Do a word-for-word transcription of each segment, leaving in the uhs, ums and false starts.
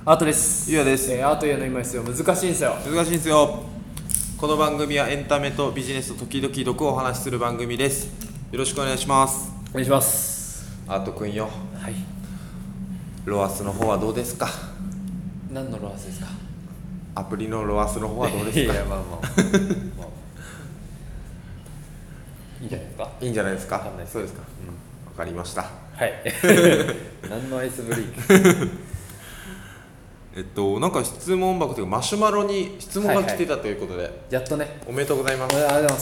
アートです。 ゆうやです、 えー、アートやの今ですよ。難しいんですよ。 難しいんですよ。この番組はエンタメとビジネスと時々毒をお話しする番組です。よろしくお願いします。 お願いします。 アートくんよ、 はい。 ロアスの方はどうですか？ 何のロアスですか？ アプリのロアスの方はどうですか？ いやまあまあ、まあ、いいんじゃないですか。 いいんじゃないですか。 わかんないです。 そうですか。うん、わかりました。 はい何のアイスブレイクえっとなんか質問箱というかマシュマロに質問が来てたということで、はいはい、 やっとね、 おめでとうございます。 ありがとうございます。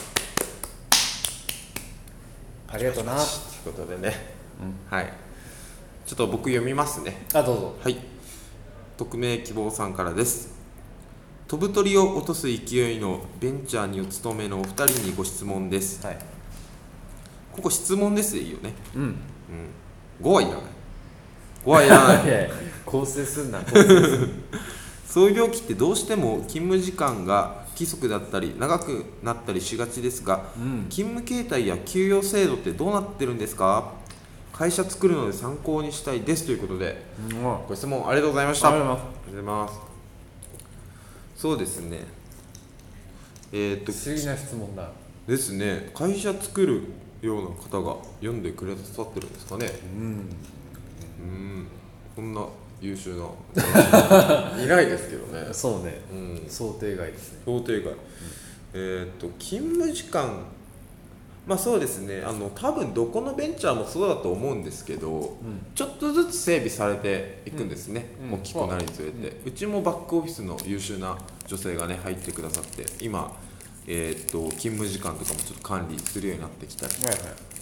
ありがとうなということでね、うん、はい、ちょっと僕読みますね。 あ、どうぞ。 はい、匿名希望さんからです。飛ぶ鳥を落とす勢いのベンチャーにお勤めのお二人にご質問です。はい、ここ質問ですでいいよね。うん、うん、ごはいらない。ごはいらない。 いやいや構成すんな。構成すん創業期ってどうしても勤務時間が不規則だったり長くなったりしがちですが、うん、勤務形態や給与制度ってどうなってるんですか？会社作るので参考にしたいですということで、うん、ご質問ありがとうございました。 ありがとうございます。そうですね、 えー、と不思議な質問だですね。会社作るような方が読んでくださってるんですかね。うん、うん、こんな優秀ないないですけどね。 そうね、うん、想定外ですね。 想定外、うん、えー、っと勤務時間、まあそうですね、あの多分どこのベンチャーもそうだと思うんですけど、うん、ちょっとずつ整備されていくんですね、うん、大きくなるにつれて、うん、うちもバックオフィスの優秀な女性がね入ってくださって、今、えー、っと勤務時間とかもちょっと管理するようになってきたり、はいはい、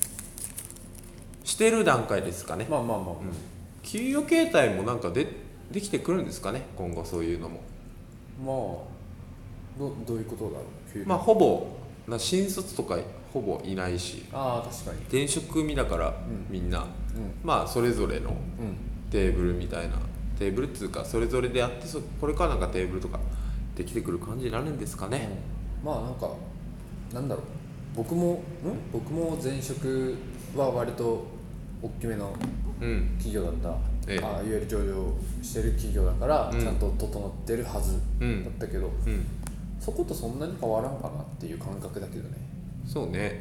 してる段階ですかね。 まあまあまあ、うん、 給与形態もなんかでできてくるんですかね、今後。そういうのもまあ ど, どういうことだろう。 まあほぼな新卒とかほぼいないし、 ああ確かに転職組だから、うん、みんな、うん、まあそれぞれのテーブルみたいな、テーブルっていうかそれぞれでやって、そこれからなんかテーブルとかできてくる感じになるんですかね、 うん、まあなんかなんだろう、僕もん僕も前職は割と大きめの企業だった、うん、ええ、あいわゆる上場してる企業だから、うん、ちゃんと整ってるはずだったけど、うんうん、そことそんなに変わらんかなっていう感覚だけどね。 そうね、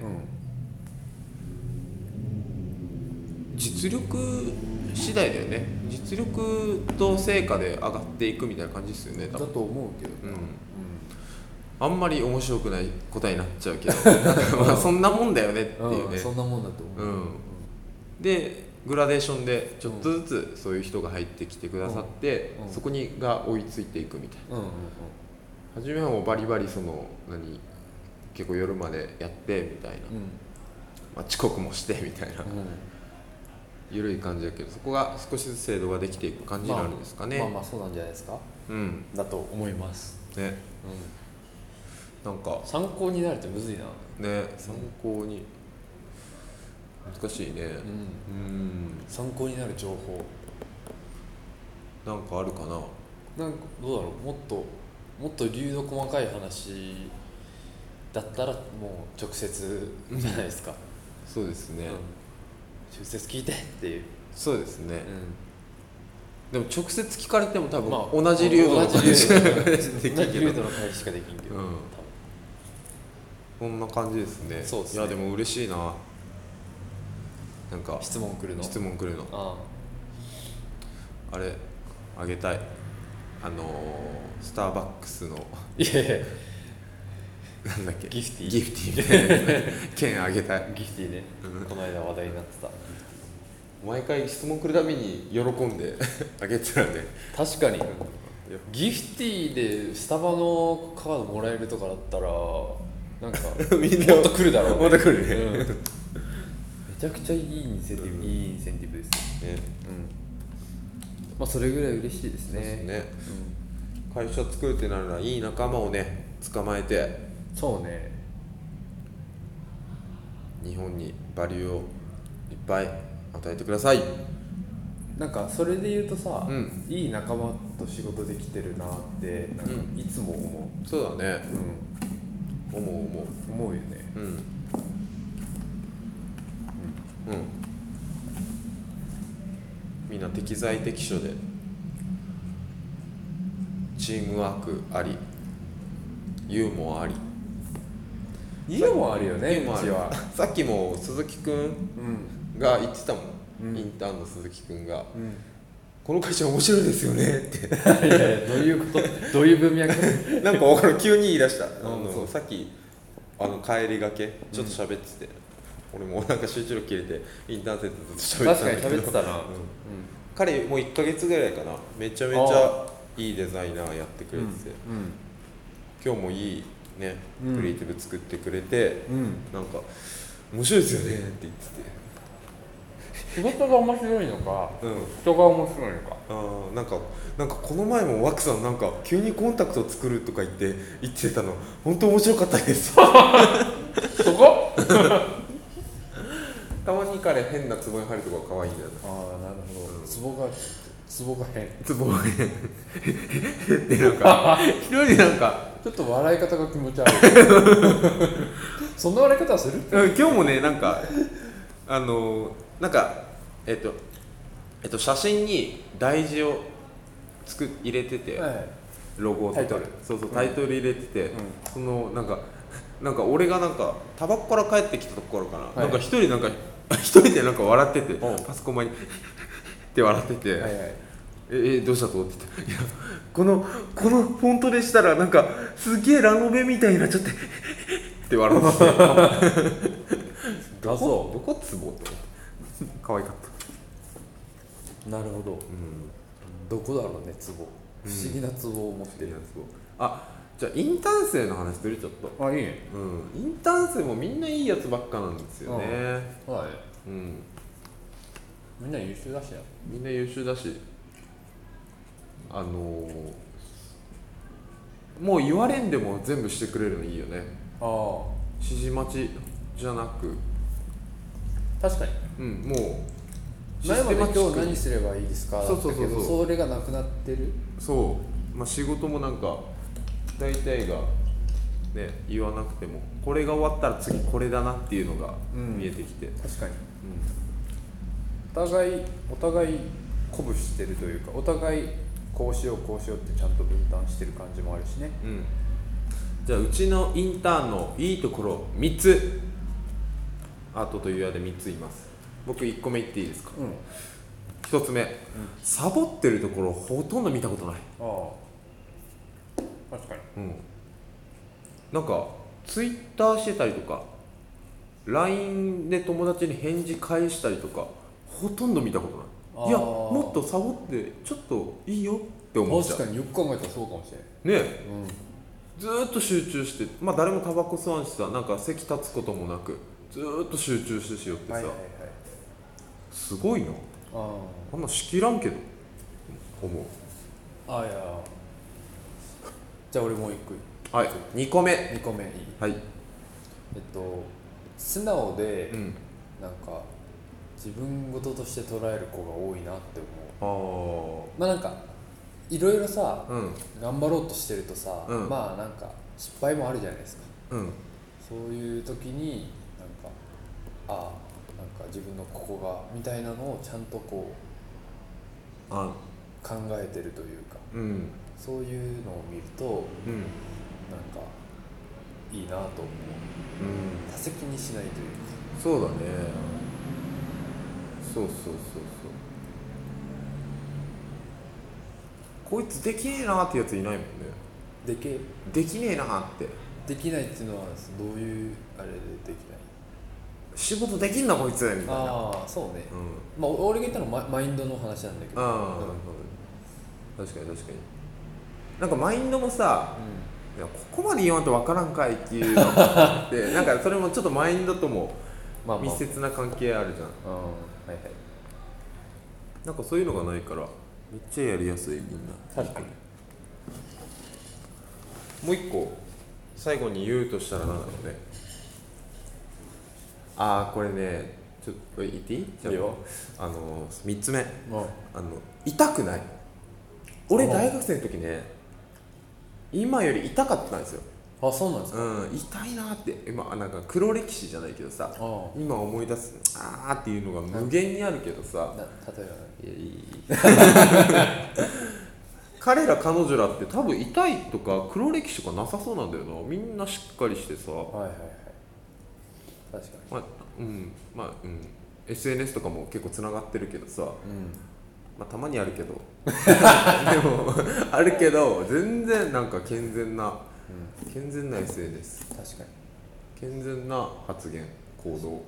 うん、実力次第だよね。実力と成果で上がっていくみたいな感じですよね。 だと思うけど、うんうん、 あんまり面白くない答えになっちゃうけどまあそんなもんだよねっていうね、 うん、そんなもんだと思う、うん、 でグラデーションでちょっとずつそういう人が入ってきてくださって、うん、そこにが追いついていくみたいな、うんうんうん、初めはもうバリバリその何結構夜までやってみたいな、うん、まあ、遅刻もしてみたいな、うん、緩い感じだけど、そこが少しずつ制度ができていく感じになるんですかね。 まあ、まあまあそうなんじゃないですか、うん、だと思いますね、うん、なんか参考になるってむずいなね。参考に難しいね、うん、うん、 参考になる情報なんかあるかな。 なんかどうだろう、もっともっと流度細かい話だったらもう直接じゃないですか、うん、 そうですね、うん、 直接聞いてっていう。 そうですね、うん、でも直接聞かれても多分、まあ、同じ流度の返しかできんけど、同じ流度の返ししかできんけど、うん、多分こんな感じですね。 そうですね。 いやでも嬉しいな。なんか質問来るの質問来るのああ、あれあげたい、あのー、スターバックスのいやいやなんだっけ、 ギフティーギフティー券あげたい。 ギフティーね、うん、この間話題になってた。 毎回質問来るたびに喜んであげてたね。 確かにギフティーでスタバのカードもらえるとかだったらなんかみんなもっと来るだろうね。 もっと来るね、うん、 めちゃくちゃいいインセンティブ、うん、いいインセンティブですね、うん、まあそれぐらい嬉しいですね。そうですね、 うん、会社作るってなるならいい仲間をね捕まえて、 そうね、 日本にバリューをいっぱい与えてください。 なんかそれで言うとさ、うん、いい仲間と仕事できてるなってなんかいつも思う、 うん、そうだね、うん、思う思う思うよね、うん、うん、うん、 みんな適材適所でチームワークありユーモアありユーモアあるよね。うちはさっきも鈴木くんが言ってたもん、うん、インターンの鈴木くんが、うん、この会社面白いですよねっていやいやどういうことどういう文脈なんか分かる急に言い出した、うん、あのさっきあの帰りがけちょっと喋ってて、うん、俺もなんか集中力切れてインターン生とずっと喋ってたんだけど確かに喋ってたな、うんうん、 彼もういっかげつぐらいかなめちゃめちゃいいデザイナーやってくれてて、うんうん、今日もいいね、クリエイティブ作ってくれて、うん、なんか面白いですよねって言ってて仕事が面白いのか、うん、人が面白いのかあなんかなんかこの前もワクさんなんか急にコンタクトを作るとか言って言ってたの本当面白かったですそこたまに彼変なツボに入るとこが可愛いんだよね。 ああなるほど、うん、ツボがツボが変ツボが変でなんか一人でなんかちょっと笑い方が気持ち悪いそんな笑い方はする？ 今日もねなんかあのなんかえっとえっと写真に大字をつく入れてて、はい、ロゴとかタイトルそうそうタイトル入れてて、うん、そのなんかなんか俺がなんかタバコから帰ってきたところかな、はい、なんか一人なんか一人でなんか笑ってて、パソコン前にって笑ってて、はいはい、ええどうしたとって言って、いやこのこのフォントでしたらなんかすげえラノベみたいになっちゃってって笑っててどこどこツボって可愛かった。 なるほど、うん、どこだろうねツボ、不思議なツボを持ってる、うん、 あじゃあインターン生の話するちょっと。 あいいね、 うん、インターン生もみんないいやつばっかなんですよね。 うん、はい、うん、みんな優秀だしな。 みんな優秀だしあのー、もう言われんでも全部してくれるのいいよね。ああ指示待ちじゃなく確かに、 うん、もう前まで今日何すればいいですかそうそうそうそう、 それがなくなってる。 そう、まあ、仕事もなんか大体がね言わなくてもこれが終わったら次これだなっていうのが見えてきて、うん、 確かに、うん、お互いお互い鼓舞してるというかお互いこうしようこうしようってちゃんと分担してる感じもあるしね、うん、 じゃあうちのインターンのいいところみっつアートというやでみっつ言います。僕いっこめ言っていいですか、うん、ひとつめ、うん、サボってるところほとんど見たことない。ああ確かに、うん、 なんかツイッターしてたりとか ライン で友達に返事返したりとかほとんど見たことない。いやもっとサボってちょっといいよって思っちゃう。 確かによく考えたらそうかもしれないねえ、うん、ずーっと集中して、まあ誰もタバコ吸わんしさ、なんか席立つこともなくずーっと集中してしよってさ、はいはいはい、すごいなあ。あんなしきらんけど思う。 あいやじゃあ俺もう一個はいにこめにこめいい。 はいえっと素直で、うん、なんか自分事として捉える子が多いなって思う。あまあなんかいろいろさ、うん、頑張ろうとしてるとさ、うん、まあなんか失敗もあるじゃないですか、うん、そういう時になんかああなんか自分のここがみたいなのをちゃんとこうあ考えてるというか、うん、そういうのを見ると、うん、なんかいいなと思う、うん、多責にしないというか。 そうだね、そうそうそうそうこいつできねえなってやついないもんね。 でけできねえなってできないっていうのはどういうあれでできない。 仕事できんなこいつみたいな。 ああそうね、うん、まあ俺が言ったのはマインドの話なんだけど。ああ、 うん、確かに確かになんかマインドもさ、うん、いやここまで言わんとわからんかいっていうのがあってなんかそれもちょっとマインドとも密接な関係あるじゃん、まあまあ、はいはい、なんかそういうのがないからめっちゃやりやすいみんな。 確かに。 もう一個最後に言うとしたら何だろうね。ああこれねちょっと言っていい？じゃああのみっつめ、あの痛くない。俺大学生の時ね今より痛かったんですよ。 あそうなんですか、 うん、痛いなって今なんか黒歴史じゃないけどさ今思い出すあーっていうのが無限にあるけどさ。 例えばいやいい彼ら彼女らって多分痛いとか黒歴史とかなさそうなんだよな。みんなしっかりしてさ、はいはいはい、 確かに、 まあうんまあうん、エスエヌエス とかも結構つながってるけどさ、うん、まあ、たまにあるけどでもあるけど全然なんか健全な、うん、健全な エスエヌエス、 確かに健全な発言行動、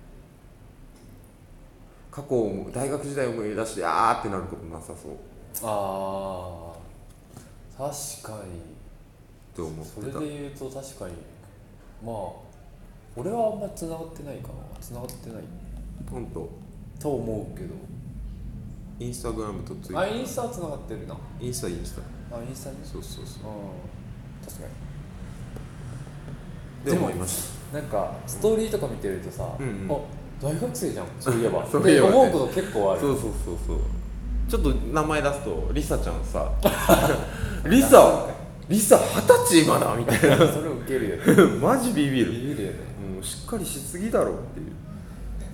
過去を大学時代を思い出してあーってなることなさそう。 あー確かにと思ってた。 それで言うと確かにまあ俺はあんま繋がってないかな。繋がってない本当と思うけど、 インスタグラムとツイッター、 あ、インスタは繋がってるな。 インスタインスタあ、インスタね。 そうそうそう、 確かにで思いました。 なんかストーリーとか見てるとさ、うんうん、あ、大学生じゃんそういえばそういえば、ね、 思うこと結構ある。 そうそうそうそう。ちょっと名前出すとリサちゃんさリサリサ二十歳今だみたいなそれウケるよねマジビビる。 ビビるよね。 もうしっかりしすぎだろっていう。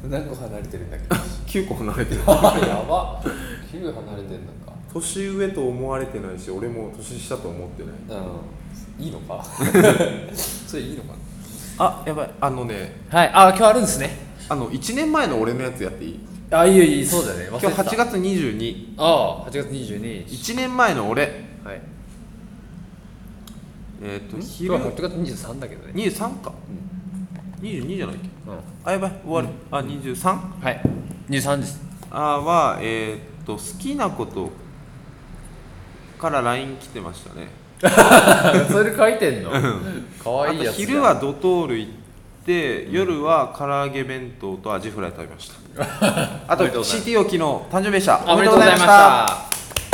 何個離れてるんだっけきゅうこ離れてるやばきゅう離れてんのか。 年上と思われてないし俺も年下と思ってない。 うん、いいのかそれいいのかな。 あ、やばい、あのね、 はい、あ、今日あるんですね。 あのいちねんまえの俺のやつやっていい？ あ、いいよいい、そうだね。 今日はちがつにじゅうに。 ああ、はちがつにじゅうに。 いちねんまえの俺。 はい。 えっ、ー、と昼ははちがつにじゅうさんだけどね。 にじゅうさんか。うん、にじゅうにじゃないっけ？うん。あ、やばい、終わる。うん、あ、にじゅうさん？ はい。にじゅうさんです。 あはえっ、ー、と好きなことから ライン 来てましたね。 それ書いてんの？かわいいやつ。 昼はドトール行って、夜は唐揚げ弁当とアジフライ食べました。あと シーティーオー 昨日誕生日でした。 おめでとうございました。